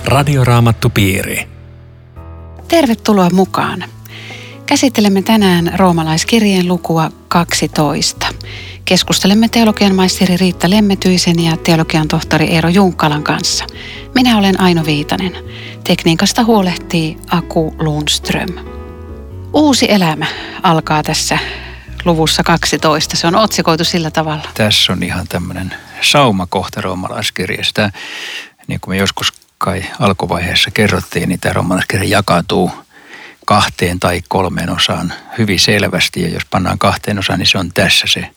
Radioraamattupiiri. Tervetuloa mukaan. Käsittelemme tänään roomalaiskirjeen lukua 12. Keskustelemme teologian maisteri Riitta Lemmetyisen ja teologian tohtori Eero Junkkalan kanssa. Minä olen Aino Viitanen. Tekniikasta huolehtii Aku Lundström. Uusi elämä alkaa tässä luvussa 12. Se on otsikoitu sillä tavalla. Tässä on ihan tämmöinen saumakohta roomalaiskirjasta. Niin kuin me joskus kai alkuvaiheessa kerrottiin, niin tämä roomalaiskirja jakautuu 2 tai 3 osaan hyvin selvästi. Ja jos pannaan 2 osaan, niin se on tässä se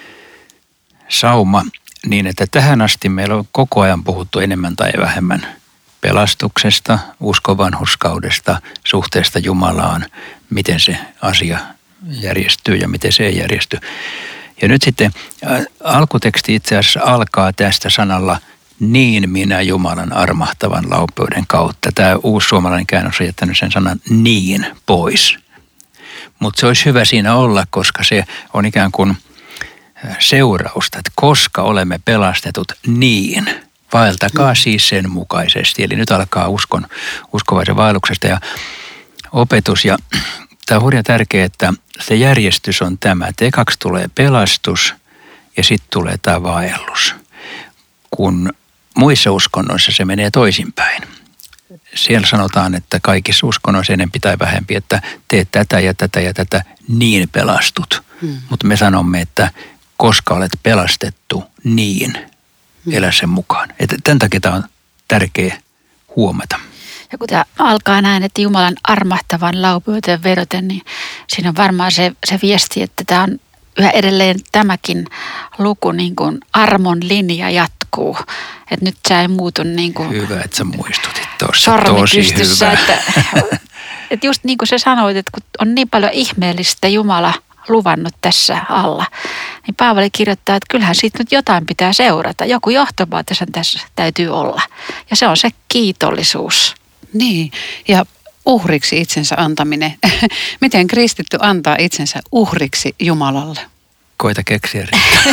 sauma. Niin, että tähän asti meillä on koko ajan puhuttu enemmän tai vähemmän pelastuksesta, uskon vanhurskaudesta, suhteesta Jumalaan, miten se asia järjestyy ja miten se ei järjesty. Ja nyt sitten alkuteksti itse asiassa alkaa tästä sanalla niin minä Jumalan armahtavan laupeuden kautta. Tämä uusi suomalainen käännös on jättänyt sen sanan niin pois. Mutta se olisi hyvä siinä olla, koska se on ikään kuin seurausta, että koska olemme pelastetut niin, vaeltakaa siis sen mukaisesti. Eli nyt alkaa uskovaisen vaelluksesta ja opetus. Ja tämä on hurja tärkeää, että se järjestys on tämä, että ekaksi tulee pelastus ja sitten tulee tämä vaellus. Kun muissa uskonnoissa se menee toisinpäin. Siellä sanotaan, että kaikissa uskonnoissa enempi tai vähempi, että teet tätä ja tätä ja tätä, niin pelastut. Mutta me sanomme, että koska olet pelastettu, niin elä sen mukaan. Että tämän takia tämä on tärkeä huomata. Ja kun tämä alkaa näin, että Jumalan armahtavan laupeuteen vedoten, niin siinä on varmaan se viesti, että tämä on yhä edelleen tämäkin luku, niin kuin armon linja jatkuu. Että nyt sä ei muutu niin kuin hyvä, että sä muistutit tuossa. Sormi tosi pystyssä, hyvä. Että just niin kuin sä sanoit, että kun on niin paljon ihmeellistä Jumala luvannut tässä alla, niin Paavali kirjoittaa, että kyllähän siitä nyt jotain pitää seurata. Joku johtopäätös tässä täytyy olla. Ja se on se kiitollisuus. Niin, ja uhriksi itsensä antaminen. Miten kristitty antaa itsensä uhriksi Jumalalle? Koita keksiä.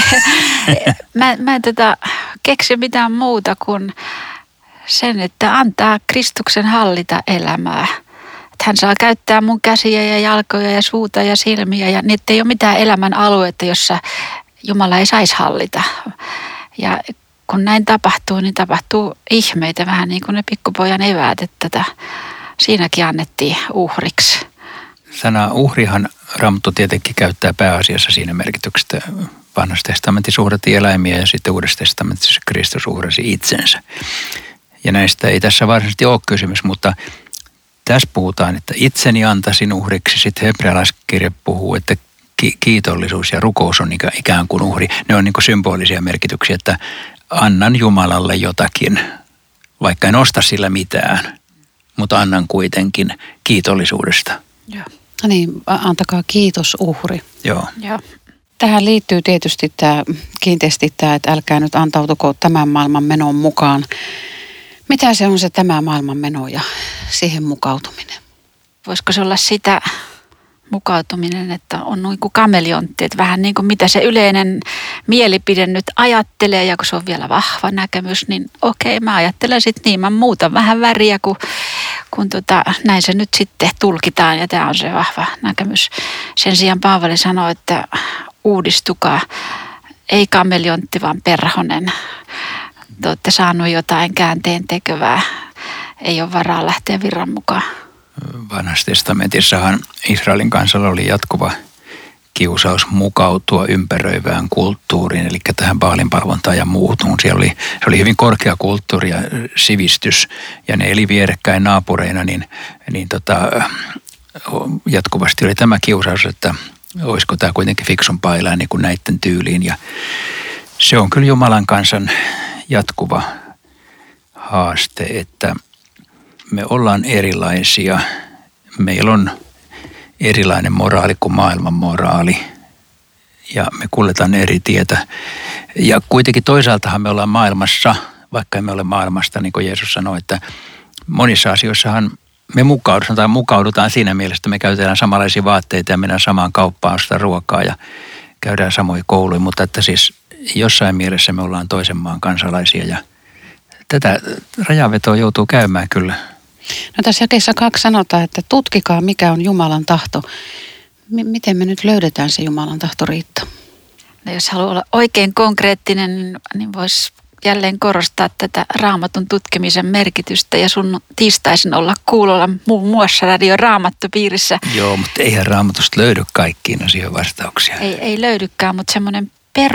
Mä en keksi mitään muuta kuin sen, että antaa Kristuksen hallita elämää. Että hän saa käyttää mun käsiä ja jalkoja ja suuta ja silmiä ja niitä ei ole mitään elämän aluetta, jossa Jumala ei saisi hallita. Ja kun näin tapahtuu, niin tapahtuu ihmeitä, vähän niin kuin ne pikkupojan eväät, että siinäkin annettiin uhriksi. Sana uhrihan Raamattu tietenkin käyttää pääasiassa siinä merkityksestä. Vanhassa testamentissa uhrattiin eläimiä ja sitten Uudessa testamentissa Kristus uhrasi itsensä. Ja näistä ei tässä varsinaisesti ole kysymys, mutta tässä puhutaan, että itseni antaisin uhriksi. Sitten hebrealaiskirja puhuu, että kiitollisuus ja rukous on ikään kuin uhri. Ne on niin kuin symbolisia merkityksiä, että annan Jumalalle jotakin, vaikka en osta sillä mitään, mutta annan kuitenkin kiitollisuudesta. Joo. No niin, antakaa kiitos uhri. Joo. Tähän liittyy tietysti kiinteästi tämä, että älkää nyt antautuko tämän maailman menoon mukaan. Mitä se on se tämä maailman meno ja siihen mukautuminen? Voisiko se olla sitä mukautuminen, että on niin kuin kameleontti, että vähän niin kuin mitä se yleinen mielipide nyt ajattelee, ja kun se on vielä vahva näkemys, niin okei, mä ajattelen sitten niin, mä muutan vähän väriä, kun näin se nyt sitten tulkitaan, ja tämä on se vahva näkemys. Sen sijaan Paavali sanoi, että uudistukaa, ei kameleontti, vaan perhonen. Te olette saanut jotain käänteen tekevää, ei ole varaa lähteä virran mukaan. Vanhassa testamentissahan Israelin kansalla oli jatkuva kiusaus mukautua ympäröivään kulttuuriin, eli tähän Baalinpalvontaan ja muuhun. Se oli hyvin korkea kulttuuri ja sivistys, ja ne eli vierekkäin naapureina, niin jatkuvasti oli tämä kiusaus, että olisiko tämä kuitenkin fiksumpaa elää niin kuin näiden tyyliin. Ja se on kyllä Jumalan kansan jatkuva haaste, että me ollaan erilaisia. Meillä on erilainen moraali kuin maailman moraali ja me kuljetaan eri tietä. Ja kuitenkin toisaaltahan me ollaan maailmassa, vaikka emme ole maailmasta, niin kuin Jeesus sanoi, että monissa asioissahan me mukaudutaan siinä mielessä, että me käytetään samanlaisia vaatteita ja mennään samaan kauppaan ostaa ruokaa ja käydään samoja kouluja, mutta että siis jossain mielessä me ollaan toisen maan kansalaisia ja tätä rajavetoa joutuu käymään kyllä. No tässä jakeessa 2 sanotaan, että tutkikaa mikä on Jumalan tahto. Miten me nyt löydetään se Jumalan tahto, Riitta? No jos haluaa olla oikein konkreettinen, niin voisi jälleen korostaa tätä Raamatun tutkimisen merkitystä ja sun tiistaisin olla kuulolla muun muassa Radio Raamattopiirissä. Joo, mutta eihän Raamatusta löydy kaikkiin asioihin vastauksia. Ei löydykään, mutta semmoinen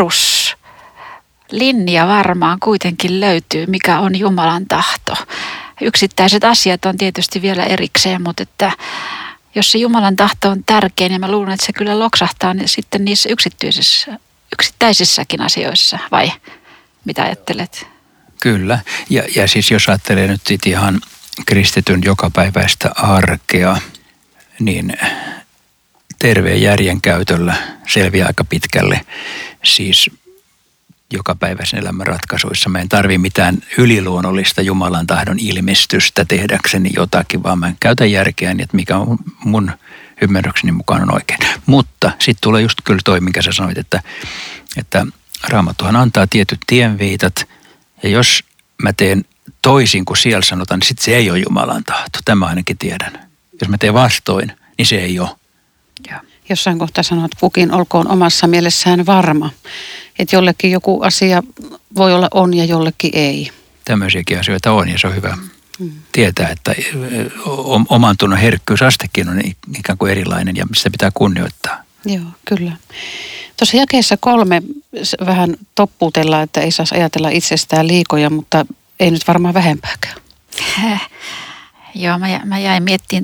peruslinja varmaan kuitenkin löytyy, mikä on Jumalan tahto. Yksittäiset asiat on tietysti vielä erikseen, mutta että jos se Jumalan tahto on tärkeä, niin mä luulen, että se kyllä loksahtaa sitten niissä yksittäisissäkin asioissa, vai mitä ajattelet? Kyllä, ja siis jos ajattelee nyt ihan kristityn jokapäiväistä arkea, niin terveen järjen käytöllä selviää aika pitkälle siis jokapäiväisen elämän ratkaisuissa. Mä en tarvitse mitään yliluonnollista Jumalan tahdon ilmestystä tehdäkseni jotakin, vaan mä käytän järkeäni, että mikä on mun ymmärrykseni mukaan on oikein. Mutta sitten tulee just kyllä toi, minkä sä sanoit, että Raamattuhan antaa tietyt tienviitat, ja jos mä teen toisin kuin siellä sanotaan, niin sitten se ei ole Jumalan tahto. Tämä ainakin tiedän. Jos mä teen vastoin, niin se ei ole. Ja jossain kohtaa sanoo, että kukin olkoon omassa mielessään varma. Että jollekin joku asia voi olla on ja jollekin ei. Tämmöisiäkin asioita on, ja se on hyvä tietää, että oman tunnon herkkyysastekin on ikään kuin erilainen, ja sitä pitää kunnioittaa. Joo, kyllä. Tuossa jakeessa 3 vähän toppuutellaan, että ei saisi ajatella itsestään liikoja, mutta ei nyt varmaan vähempääkään. Joo, mä jäin miettimään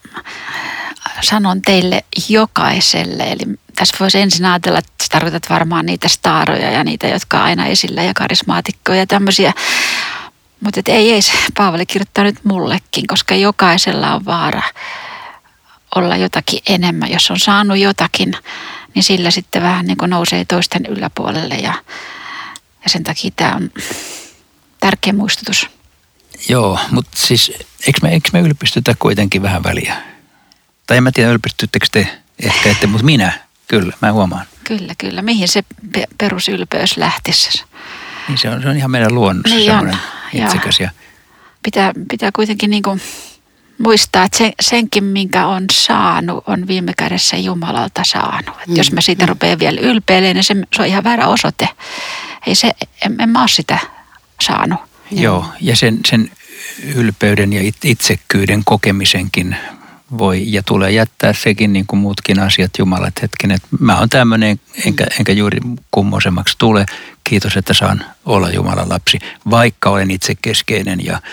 sanon teille jokaiselle. Eli tässä voisi ensin ajatella, että tarkoitat varmaan niitä staaroja ja niitä, jotka on aina esillä ja karismaatikkoja ja tämmöisiä. Mutta ei, Paavali kirjoittaa nyt mullekin, koska jokaisella on vaara olla jotakin enemmän. Jos on saanut jotakin, niin sillä sitten vähän niin kuin nousee toisten yläpuolelle ja sen takia tämä on tärkeä muistutus. Joo, mutta siis eikö me ylpistytä kuitenkin vähän väliä? Tai en mä tiedä, ylpistyttekö te ehkä ette, mutta minä kyllä, mä huomaan. Kyllä. Mihin se perusylpeys lähtisi? Niin se on ihan meidän luonnossa niin semmoinen itsekäs. Pitää kuitenkin niin kuin muistaa, että senkin, minkä on saanut, on viime kädessä Jumalalta saanut. Jos mä siitä rupean vielä ylpeilemään, niin se on ihan väärä osoite. En mä ole sitä saanut. Joo, ja sen ylpeyden ja itsekkyyden kokemisenkin voi ja tulee jättää sekin niin kuin muutkin asiat Jumala, että hetkinen, että mä oon tämmöinen, enkä juuri kummoisemmaksi tule. Kiitos, että saan olla Jumalan lapsi, vaikka olen itsekeskeinen ja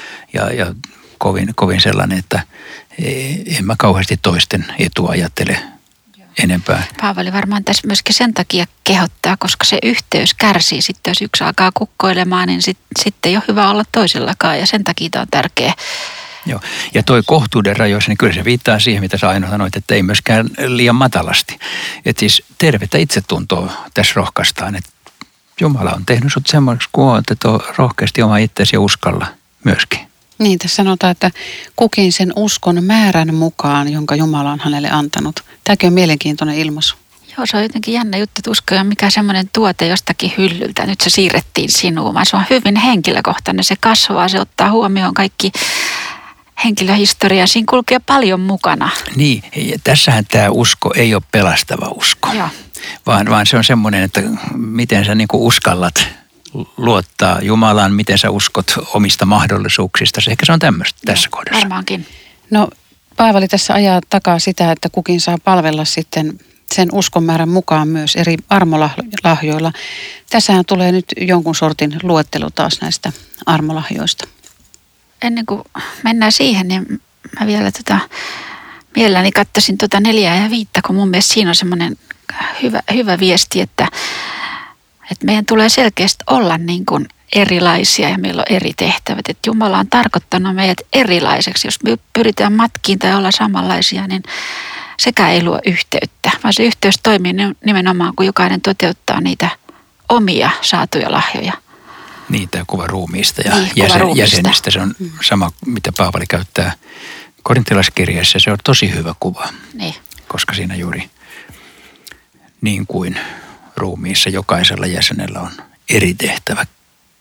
kovin sellainen, että en mä kauheasti toisten etua ajattele enempää. Paavali varmaan tässä myöskin sen takia kehottaa, koska se yhteys kärsii. Sitten jos yksi alkaa kukkoilemaan, niin sitten ei ole hyvä olla toisellakaan ja sen takia tämä on tärkeä. Joo, ja toi kohtuuden rajoissa, niin kyllä se viittaa siihen, mitä sä Aino sanoit, että ei myöskään liian matalasti. Että siis tervettä itsetuntoa tässä rohkaistaan, että Jumala on tehnyt sut semmoiksi kuin oot, että on rohkeasti oma itsesi ja uskalla myöskin. Niin, tässä sanotaan, että kukin sen uskon määrän mukaan, jonka Jumala on hänelle antanut. Tämäkin on mielenkiintoinen ilmaisu. Joo, se on jotenkin jännä juttu, että usko ei ole mikään semmoinen tuote jostakin hyllyltä. Nyt se siirrettiin sinuun, vaan se on hyvin henkilökohtainen. Se kasvaa, se ottaa huomioon kaikki henkilöhistoria. Siinä kulkee paljon mukana. Niin, ja tässähän tämä usko ei ole pelastava usko, Joo. vaan se on semmoinen, että miten sä niinku uskallat luottaa Jumalaan, miten sä uskot omista mahdollisuuksista. Ehkä se on tämmöistä tässä kohdassa. Varmaankin. No, Paavali tässä ajaa takaa sitä, että kukin saa palvella sitten sen uskonmäärän mukaan myös eri armolahjoilla. Tässähän tulee nyt jonkun sortin luettelo taas näistä armolahjoista. Ennen kuin mennään siihen, niin mä vielä mielelläni katsoisin 4 ja 5, kun mun mielestä siinä on semmoinen hyvä viesti, että meidän tulee selkeästi olla niin kuin erilaisia ja meillä on eri tehtävät. Että Jumala on tarkoittanut meidät erilaiseksi. Jos me pyritään matkiin tai olla samanlaisia, niin sekä ei luo yhteyttä, vaan se yhteys toimii nimenomaan, kun jokainen toteuttaa niitä omia saatuja lahjoja. Niin, tämä kuva ruumiista ja niin, jäsenistä. Se on sama, mitä Paavali käyttää korintilaiskirjeessä. Se on tosi hyvä kuva, niin. Koska siinä juuri niin kuin ruumiissa jokaisella jäsenellä on eri tehtävä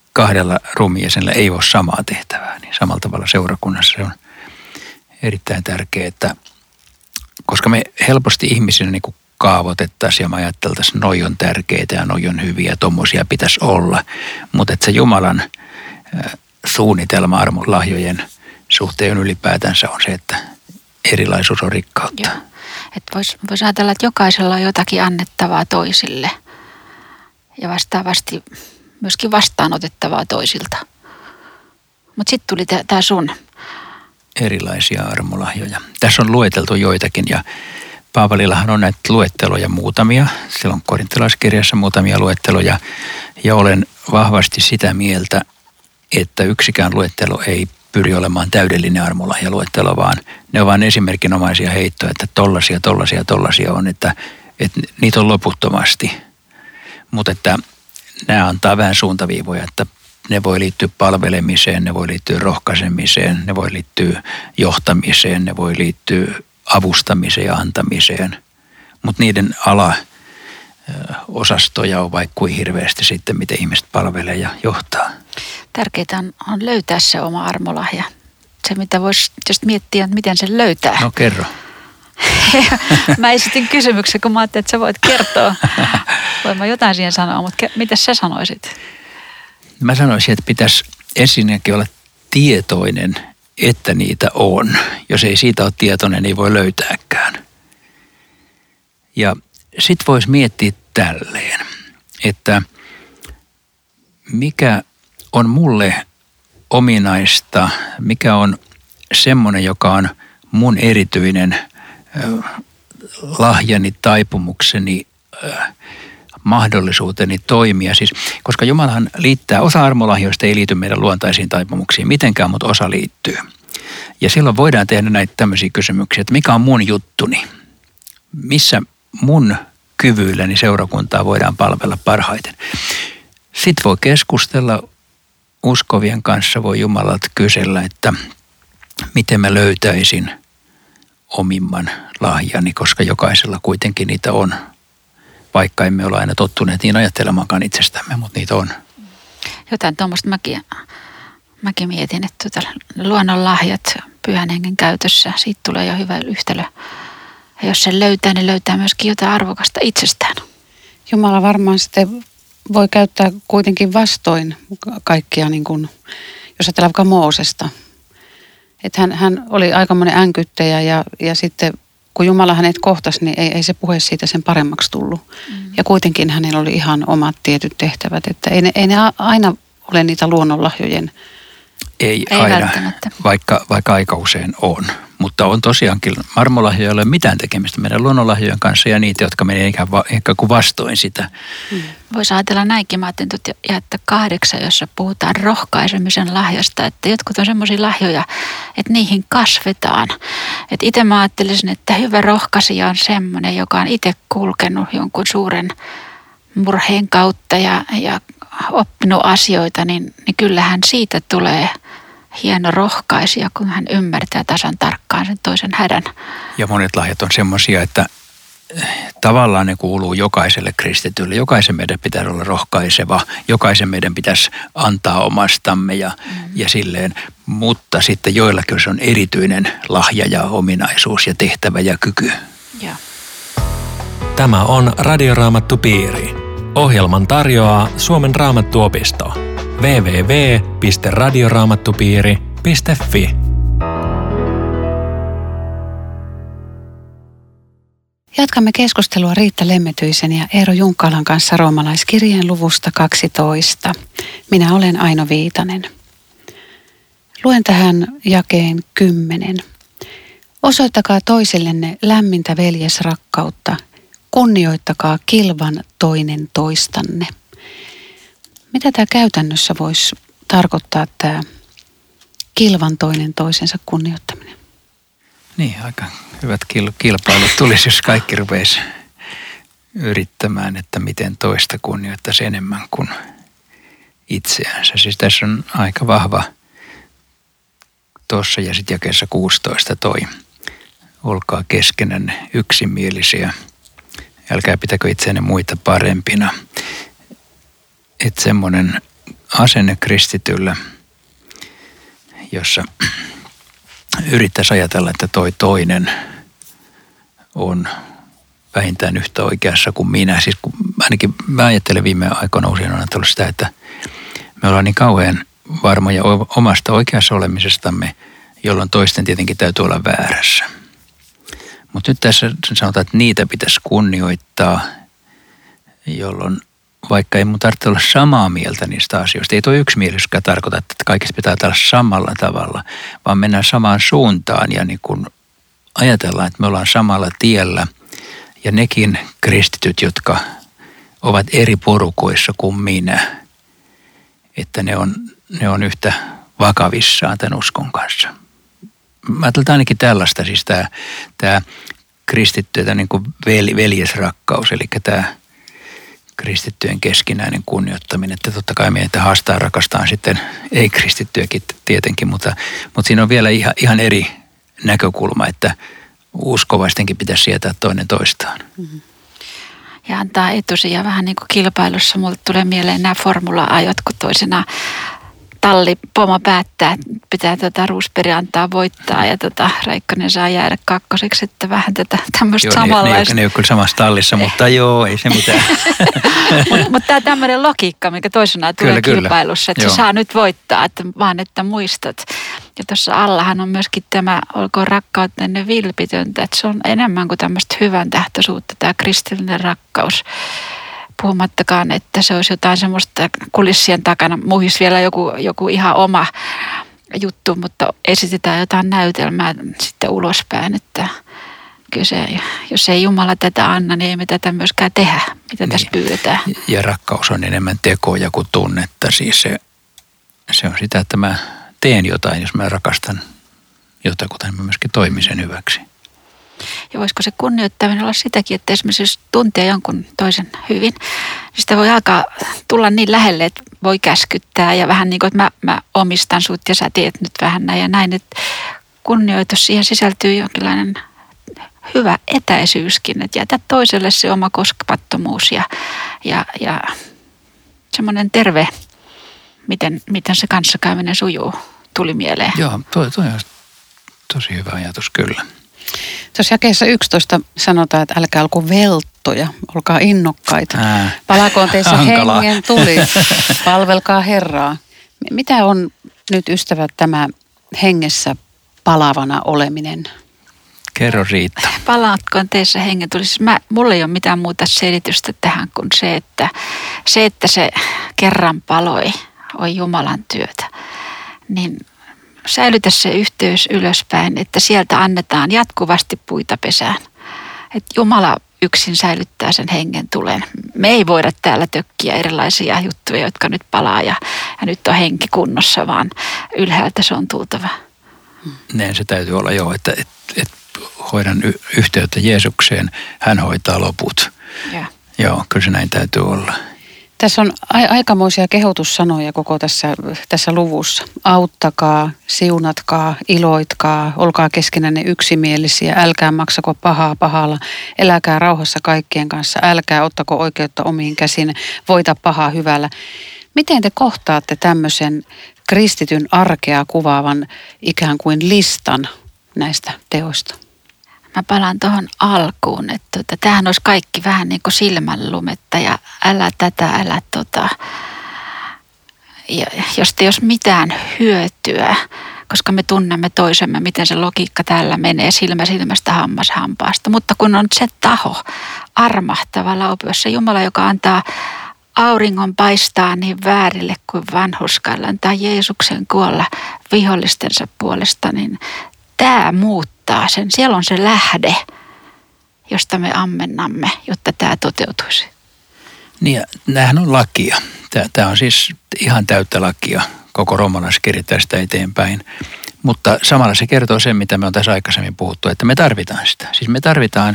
kahdella ruumiinjäsenellä ei ole samaa tehtävää, niin samalla tavalla seurakunnassa se on erittäin tärkeää, että koska me helposti ihmisinä niin kuin kaavoitettaisiin ja me ajatteltaisiin, noi on tärkeitä ja noi on hyviä, tommosia pitäisi olla, mutta että se Jumalan suunnitelma armolahjojen suhteen ylipäätänsä on se, että erilaisuus on rikkautta. Joo. Että vois ajatella, että jokaisella on jotakin annettavaa toisille ja vastaavasti myöskin vastaanotettavaa toisilta. Mutta sitten tuli tämä sun. Erilaisia armolahjoja. Tässä on lueteltu joitakin ja Paavalillahan on näitä luetteloja muutamia. Siellä on korintalaiskirjassa muutamia luetteloja ja olen vahvasti sitä mieltä, että yksikään luettelo ei pyri olemaan täydellinen armolahjaluettelo, vaan ne on vain esimerkinomaisia heittoja, että tollasia on, että niitä on loputtomasti. Mutta että nämä antaa vähän suuntaviivoja, että ne voi liittyä palvelemiseen, ne voi liittyä rohkaisemiseen, ne voi liittyä johtamiseen, ne voi liittyä avustamiseen ja antamiseen. Mutta niiden alaosastoja on vaikka kuin hirveästi sitten, miten ihmiset palvelee ja johtaa. Tärkeintä on löytää se oma armolahja. Se, mitä voisi just miettiä, että miten se löytää. No kerro. Mä esitin kysymyksen, kun mä ajattelin, että sä voit kertoa. Voin mä jotain siihen sanoa, mutta mitä sä sanoisit? Mä sanoisin, että pitäisi ensinnäkin olla tietoinen, että niitä on. Jos ei siitä ole tietoinen, niin ei voi löytääkään. Ja sit voisi miettiä tälleen, että mikä on mulle ominaista, mikä on semmoinen, joka on mun erityinen lahjani, taipumukseni, mahdollisuuteni toimia. Siis, koska Jumalahan liittää, osa armolahjoista ei liity meidän luontaisiin taipumuksiin mitenkään, mutta osa liittyy. Ja silloin voidaan tehdä näitä tämmöisiä kysymyksiä, että mikä on mun juttuni? Missä mun kyvyilläni seurakuntaa voidaan palvella parhaiten? Sitten voi keskustella uskovien kanssa, voi Jumalalta kysellä, että miten mä löytäisin omimman lahjani, koska jokaisella kuitenkin niitä on. Vaikka emme ole aina tottuneet niin ajattelemaankaan itsestämme, mutta niitä on. Jotain tuommoista mäkin mietin, että luonnonlahjat pyhän hengen käytössä, siitä tulee jo hyvä yhtälö. Ja jos sen löytää, niin löytää myöskin jotain arvokasta itsestään. Jumala varmaan sitten voi käyttää kuitenkin vastoin kaikkia, niin kuin, jos ajatellaan vaikka Moosesta. Että hän oli aikamoinen änkyttäjä ja sitten kun Jumala hänet kohtasi, niin ei se puhe siitä sen paremmaksi tullut. Ja kuitenkin hänellä oli ihan omat tietyt tehtävät, että ei ne aina ole niitä luonnonlahjojen. Ei aina, vaikka aika usein on. Mutta on tosiaankin, armolahjoja ei ole mitään tekemistä meidän luonnonlahjojen kanssa ja niitä, jotka menee ehkä kuin vastoin sitä. Voisi ajatella näinkin, mä ajattelin, että 8, jossa puhutaan rohkaisemisen lahjasta, että jotkut on semmoisia lahjoja, että niihin kasvetaan. Että itse mä ajattelisin, että hyvä rohkaisija on semmoinen, joka on itse kulkenut jonkun suuren murheen kautta ja oppinut asioita, niin kyllähän siitä tulee hieno rohkaisija, kun hän ymmärtää tasan tarkkaan sen toisen hädän. Ja monet lahjat on semmoisia, että tavallaan ne kuuluu jokaiselle kristitylle. Jokaisen meidän pitää olla rohkaiseva, jokaisen meidän pitäisi antaa omastamme ja silleen. Mutta sitten joillakin se on erityinen lahja ja ominaisuus ja tehtävä ja kyky. Ja. Tämä on Radioraamattupiiri. Ohjelman tarjoaa Suomen Raamattuopisto. www.radioraamattupiiri.fi. Jatkamme keskustelua Riitta Lemmetyisen ja Eero Junkkalan kanssa roomalaiskirjeen luvusta 12. Minä olen Aino Viitanen. Luen tähän jakeen 10. Osoittakaa toisellenne lämmintä veljesrakkautta. Kunnioittakaa kilvan toinen toistanne. Mitä tämä käytännössä voisi tarkoittaa, tämä kilvan toinen toisensa kunnioittaminen? Niin, aika hyvät kilpailut tulisi, jos kaikki rupeisi yrittämään, että miten toista kunnioittaisi enemmän kuin itseänsä. Siis tässä on aika vahva tuossa ja sitten jakeessa 16 toi. Olkaa keskenänne yksimielisiä. Älkää pitäkö itseänne muita parempina. Että semmoinen asenne kristityllä, jossa yrittäisi ajatella, että toinen on vähintään yhtä oikeassa kuin minä. Siis ainakin mä ajattelen viime aikoina usein on ajatellut sitä, että me ollaan niin kauhean varmoja omasta oikeassa olemisestamme, jolloin toisten tietenkin täytyy olla väärässä. Mutta nyt tässä sanotaan, että niitä pitäisi kunnioittaa, jolloin vaikka ei mun tarvitse olla samaa mieltä niistä asioista. Ei tuo yksimielisyyskään tarkoita, että kaikista pitää olla samalla tavalla, vaan mennään samaan suuntaan ja niin kun ajatellaan, että me ollaan samalla tiellä. Ja nekin kristityt, jotka ovat eri porukoissa kuin minä, että ne on yhtä vakavissaan tämän uskon kanssa. Mä ajattelen ainakin tällaista, siis tämä kristittyä niin kuin veljesrakkaus, eli tämä kristittyjen keskinäinen kunnioittaminen. Että totta kai meitä haastaa rakastaa sitten ei-kristittyjäkin tietenkin, mutta siinä on vielä ihan eri näkökulma, että uskovaistenkin pitäisi sietää toinen toistaan. Mm-hmm. Ja antaa etusia vähän niin kuin kilpailussa. Mulle tulee mieleen nämä formula-ajot, kun toisena tallipomo päättää, että pitää Roosberg antaa voittaa ja Räikkönen saa jäädä kakkoseksi, että vähän tätä tämmöistä samanlaista. Ne ei ole kyllä samassa tallissa, mutta joo, ei se mitään. Mutta tämä tämmöinen logiikka, mikä toisenaan tulee kilpailussa, että se saa nyt voittaa, että vaan että muistat. Ja tuossa allahan on myöskin tämä, olkoon rakkautenne vilpitöntä, että se on enemmän kuin tämmöistä hyvän tähtöisuutta, tämä kristillinen rakkaus. Puhumattakaan, että se olisi jotain semmoista kulissien takana, muhisi vielä joku ihan oma juttu, mutta esitetään jotain näytelmää sitten ulospäin, että kyllä se, jos ei Jumala tätä anna, niin ei me tätä myöskään tehdä, mitä tässä pyydetään. Ja rakkaus on enemmän tekoja kuin tunnetta, siis se on sitä, että mä teen jotain, jos mä rakastan jotakuta, niin mä myöskin toimin sen hyväksi. Ja voisiko se kunnioittaminen olla sitäkin, että esimerkiksi jos tuntee jonkun toisen hyvin, niin sitä voi alkaa tulla niin lähelle, että voi käskyttää ja vähän niin kuin, että mä omistan sut ja sä teet nyt vähän näin ja näin. Että kunnioitus, siihen sisältyy jonkinlainen hyvä etäisyyskin, että jätä toiselle se oma koskemattomuus ja semmoinen terve, miten se kanssakäyminen sujuu, tuli mieleen. Joo, toi on tosi hyvä ajatus kyllä. Tuossa jakeessa 11 sanotaan, että älkää olko velttoja, olkaa innokkaita. Palakoon teissä hengen tuli, palvelkaa Herraa. Mitä on nyt ystävät tämä hengessä palavana oleminen? Kerro Riitta. Palaatkoon teissä hengen tuli. Siis mulla ei ole mitään muuta selitystä tähän kuin se, että se kerran paloi on Jumalan työtä. Niin säilytä se yhteys ylöspäin, että sieltä annetaan jatkuvasti puita pesään. Että Jumala yksin säilyttää sen hengen tulen. Me ei voida täällä tökkiä erilaisia juttuja, jotka nyt palaa ja nyt on henki kunnossa, vaan ylhäältä se on tultava. Näin se täytyy olla jo, että hoidan yhteyttä Jeesukseen, hän hoitaa loput. Ja. Joo, kyllä se näin täytyy olla. Tässä on aikamoisia kehotussanoja koko tässä luvussa. Auttakaa, siunatkaa, iloitkaa, olkaa keskenänne yksimielisiä, älkää maksako pahaa pahalla, eläkää rauhassa kaikkien kanssa, älkää ottako oikeutta omiin käsiin, voita pahaa hyvällä. Miten te kohtaatte tämmöisen kristityn arkea kuvaavan ikään kuin listan näistä teoista? Mä palaan tuohon alkuun, että tämähän olisi kaikki vähän niin kuin silmänlumetta ja älä tätä, älä tota. Ja josta ei olisi mitään hyötyä, koska me tunnemme toisemme, miten se logiikka täällä menee silmä silmästä, hammas hampaasta. Mutta kun on se taho, armahtava laupios, se Jumala, joka antaa auringon paistaa niin väärille kuin vanhurskaille, antaa Jeesuksen kuolla vihollistensa puolesta, niin tämä muuttaa sen. Siellä on se lähde, josta me ammennamme, jotta tämä toteutuisi. Niin ja näähän on lakia. Tämä on siis ihan täyttä lakia, koko roomalaiskirja tästä eteenpäin. Mutta samalla se kertoo sen, mitä me on tässä aikaisemmin puhuttu, että me tarvitaan sitä. Siis me tarvitaan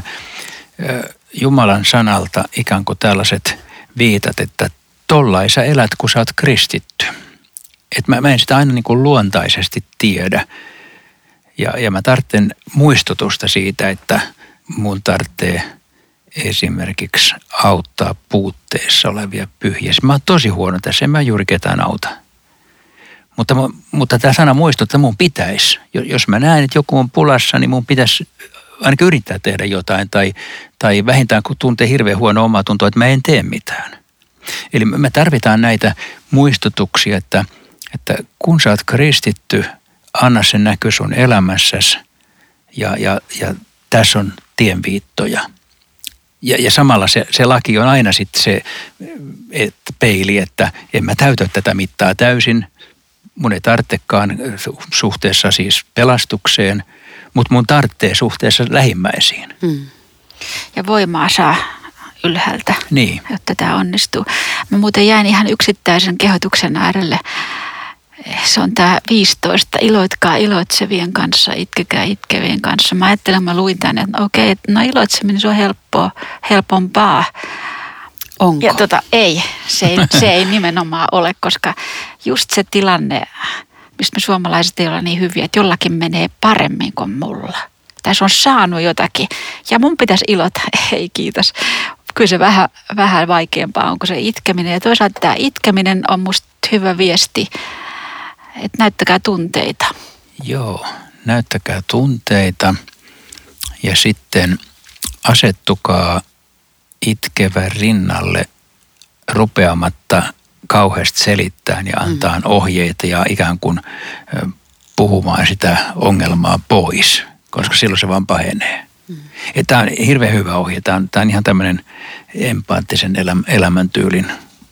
Jumalan sanalta ikään kuin tällaiset viitat, että tollai sä elät, kun sä oot kristitty. Että mä en sitä aina niin kuin luontaisesti tiedä. Ja mä tarvitsen muistutusta siitä, että mun tarvitsee esimerkiksi auttaa puutteessa olevia pyhiä. Mä oon tosi huono tässä, en mä juuri ketään auta. Mutta tämä sana muistuttaa, että mun pitäisi. Jos mä näen, että joku on pulassa, niin mun pitäisi ainakin yrittää tehdä jotain. Tai vähintään kun tuntee hirveän huono omatuntoa, että mä en tee mitään. Eli me tarvitaan näitä muistutuksia, että kun sä oot kristitty, anna se näky sun elämässäsi ja tässä on tienviittoja. Ja samalla se laki on aina sitten se peili, että en mä täytä tätä mittaa täysin. Mun ei tarvitsekaan suhteessa siis pelastukseen, mutta mun tarvitsee suhteessa lähimmäisiin. Ja voimaa saa ylhäältä, niin, jotta tämä onnistuu. Mä muuten jäin ihan yksittäisen kehotuksen äärelle. Se on tämä 15. Iloitkaa iloitsevien kanssa, itkekää itkevien kanssa. Mä ajattelen, mä luin tänne, että okei, no iloitseminen se on helpompaa. Onko? Ja ei, se ei nimenomaan ole, koska just se tilanne, mistä me suomalaiset ei olla niin hyviä, että jollakin menee paremmin kuin mulla. Tai se on saanut jotakin ja mun pitäisi ilota. Ei kiitos. Kyllä se vähän vaikeampaa on kuin se itkeminen. Ja toisaalta tämä itkeminen on musta hyvä viesti, että näyttäkää tunteita. Joo, näyttäkää tunteita ja sitten asettukaa itkevän rinnalle rupeamatta kauheasti selittämään ja antaa ohjeita ja ikään kuin puhumaan sitä ongelmaa pois, koska silloin se vaan pahenee. Tämä on hirveän hyvä ohje. Tämä on ihan tämmöinen empaattisen elämäntyylin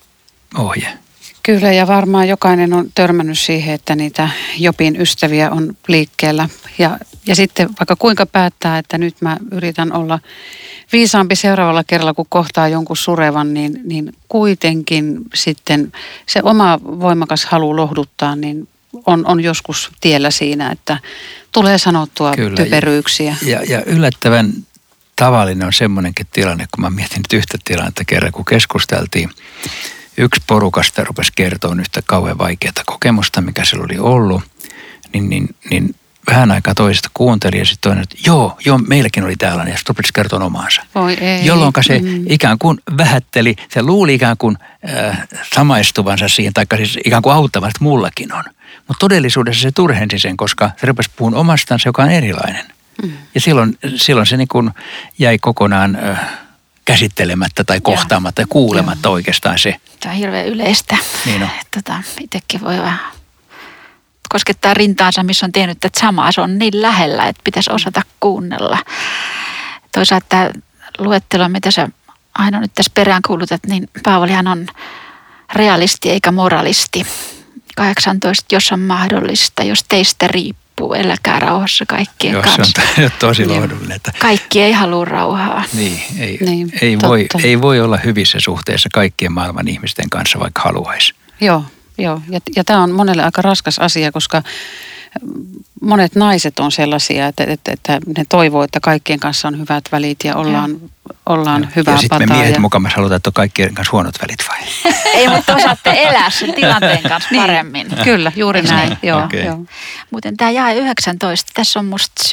ohje. Kyllä, ja varmaan jokainen on törmännyt siihen, että niitä Jobin ystäviä on liikkeellä. Ja sitten vaikka kuinka päättää, että nyt mä yritän olla viisaampi seuraavalla kerralla, kun kohtaa jonkun surevan, niin kuitenkin sitten se oma voimakas halu lohduttaa, niin on joskus tiellä siinä, että tulee sanottua typeryyksiä. Ja yllättävän tavallinen on semmoinenkin tilanne, kun mä mietin nyt yhtä tilannetta kerran, kun keskusteltiin. Yksi porukasta rupesi kertoa yhtä kauhean vaikeaa kokemusta, mikä sillä oli ollut, niin vähän aikaa toisesta kuunteli ja sitten toinen, että joo, meilläkin oli tällainen ja sitten rupesi kertoa omaansa. Jolloin se ikään kuin vähätteli, se luuli ikään kuin samaistuvansa siihen, tai siis ikään kuin auttavansa, että mullakin on. Mutta todellisuudessa se turhensi sen, koska se rupesi puhumaan omastansa, joka on erilainen. Ja silloin se niin kuin jäi kokonaan käsittelemättä tai kohtaamatta ja kuulematta oikeastaan se. Tämä on hirveän yleistä. Niin on. Itsekin voi vähän koskettaa rintaansa, missä on tehnyt tätä samaa. Se on niin lähellä, että pitäisi osata kuunnella. Toisaalta tämä luettelo, mitä sä aina nyt tässä peräänkuulutat, niin Paavalihan on realisti eikä moralisti. 18, jos on mahdollista, jos teistä riippuu, eläkää rauhassa kaikkien kanssa. Se on tosi lohdullinen. Kaikki ei halua rauhaa. Ei voi olla hyvissä suhteessa kaikkien maailman ihmisten kanssa, vaikka haluaisi. Joo. Ja tämä on monelle aika raskas asia, koska monet naiset on sellaisia, että ne toivoo, että kaikkien kanssa on hyvät välit ja ollaan hyvää pataa. Ja sitten me miehet mukamassa halutaan, että on kaikkien kanssa huonot välit vai? Ei, mutta osaatte elää sen tilanteen kanssa paremmin. Niin, kyllä, juuri näin. Joo. Muuten tämä jae 19, tässä on musta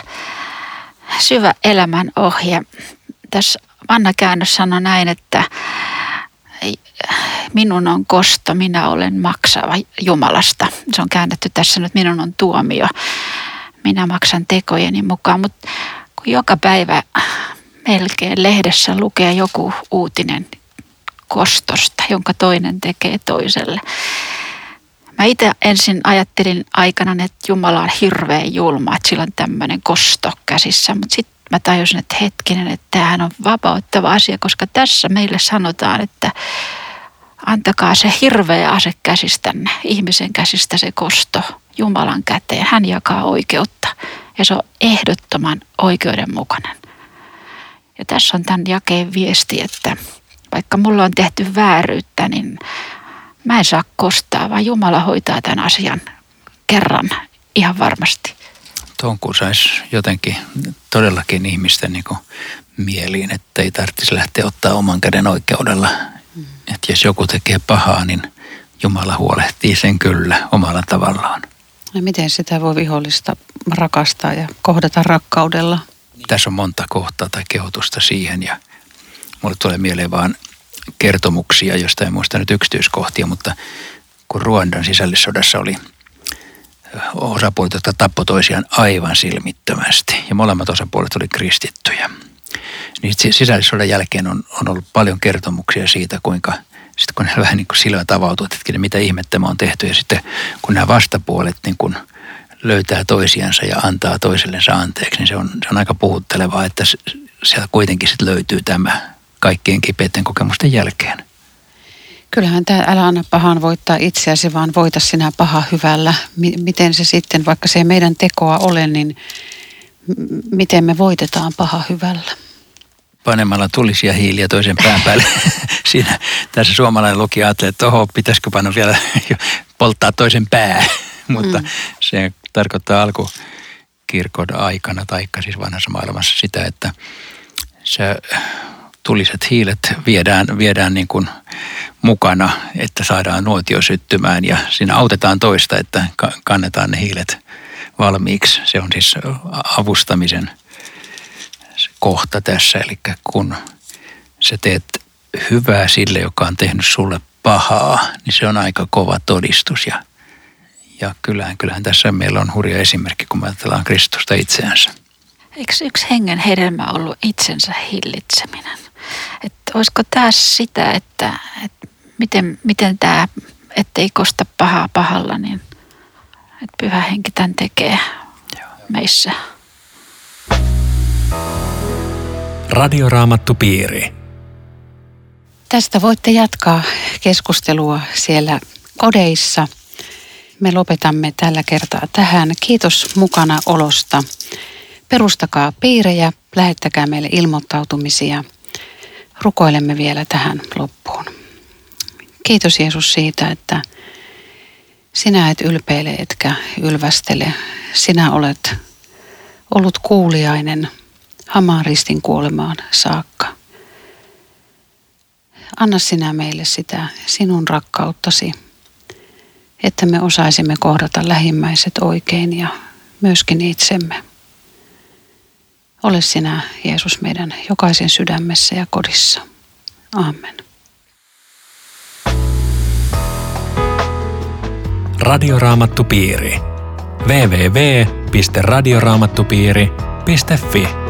syvä elämän ohje. Tässä vanha käännös sanoi näin, että minun on kosto, minä olen maksava Jumalasta. Se on käännetty tässä nyt, minun on tuomio. Minä maksan tekojeni mukaan, mutta kun joka päivä melkein lehdessä lukee joku uutinen kostosta, jonka toinen tekee toiselle. Mä itse ensin ajattelin aikana, että Jumala on hirveän julma, että sillä on tämmöinen kosto käsissä, mutta sitten mä tajusin, että hetkinen, että tämähän on vapauttava asia, koska tässä meille sanotaan, että antakaa se hirveä ase käsistänne, ihmisen käsistä se kosto Jumalan käteen. Hän jakaa oikeutta ja se on ehdottoman oikeudenmukainen. Ja tässä on tämän jakeen viesti, että vaikka mulla on tehty vääryyttä, niin mä en saa kostaa, vaan Jumala hoitaa tämän asian kerran ihan varmasti. Tuon kun saisi jotenkin todellakin ihmisten niin kuin mieliin, että ei tarvitsisi lähteä ottaa oman käden oikeudella. Että jos joku tekee pahaa, niin Jumala huolehtii sen kyllä omalla tavallaan. Ja miten sitä voi vihollista rakastaa ja kohdata rakkaudella? Tässä on monta kohtaa tai kehotusta siihen ja mulle tulee mieleen vaan kertomuksia, josta en muista nyt yksityiskohtia, mutta kun Ruandan sisällissodassa oli osapuolet, jotka tappoi toisiaan aivan silmittömästi ja molemmat osapuolet oli kristittyjä. Niin sisällissodan jälkeen on ollut paljon kertomuksia siitä, kuinka sitten kun ne vähän niin kuin silmät avautuvat, että mitä ihmettä me on tehty ja sitten kun nämä vastapuolet niin kuin löytää toisiansa ja antaa toisellensa anteeksi, niin se on aika puhuttelevaa, että sieltä kuitenkin sitten löytyy tämä kaikkien kipeiden kokemusten jälkeen. Kyllähän tämä älä anna pahan voittaa itseäsi, vaan voita sinä paha hyvällä. Miten se sitten, vaikka se ei meidän tekoa ole, niin miten me voitetaan paha hyvällä? Panemalla tulisia hiiliä toisen pään päälle. Siinä tässä suomalainen lukija ajattelee, että pitäisikö panna vielä polttaa toisen pää. Mutta se tarkoittaa alkukirkon aikana, taikka siis vanhassa maailmassa sitä, että se tuliset hiilet viedään niin kuin mukana, että saadaan nuotio syttymään ja siinä autetaan toista, että kannetaan ne hiilet valmiiksi. Se on siis avustamisen kohta tässä, eli kun sä teet hyvää sille, joka on tehnyt sulle pahaa, niin se on aika kova todistus ja kyllähän tässä meillä on hurja esimerkki, kun me ajatellaan Kristusta itseänsä. Eikö yksi hengen hedelmä ollut itsensä hillitseminen? Että olisiko tässä sitä, että miten tämä, ettei kosta pahaa pahalla, niin että Pyhä Henki tämän tekee meissä. Radioraamattupiiri. Tästä voitte jatkaa keskustelua siellä kodeissa. Me lopetamme tällä kertaa tähän. Kiitos mukana olosta. Perustakaa piirejä, lähettäkää meille ilmoittautumisia. Rukoilemme vielä tähän loppuun. Kiitos Jeesus siitä, että sinä et ylpeile etkä ylvästele. Sinä olet ollut kuuliainen hamaan ristin kuolemaan saakka. Anna sinä meille sitä sinun rakkauttasi, että me osaisimme kohdata lähimmäiset oikein ja myöskin itsemme. Ole sinä, Jeesus, meidän jokaisen sydämessä ja kodissa. Aamen. Radioraamattupiiri. www.radioraamattupiiri.fi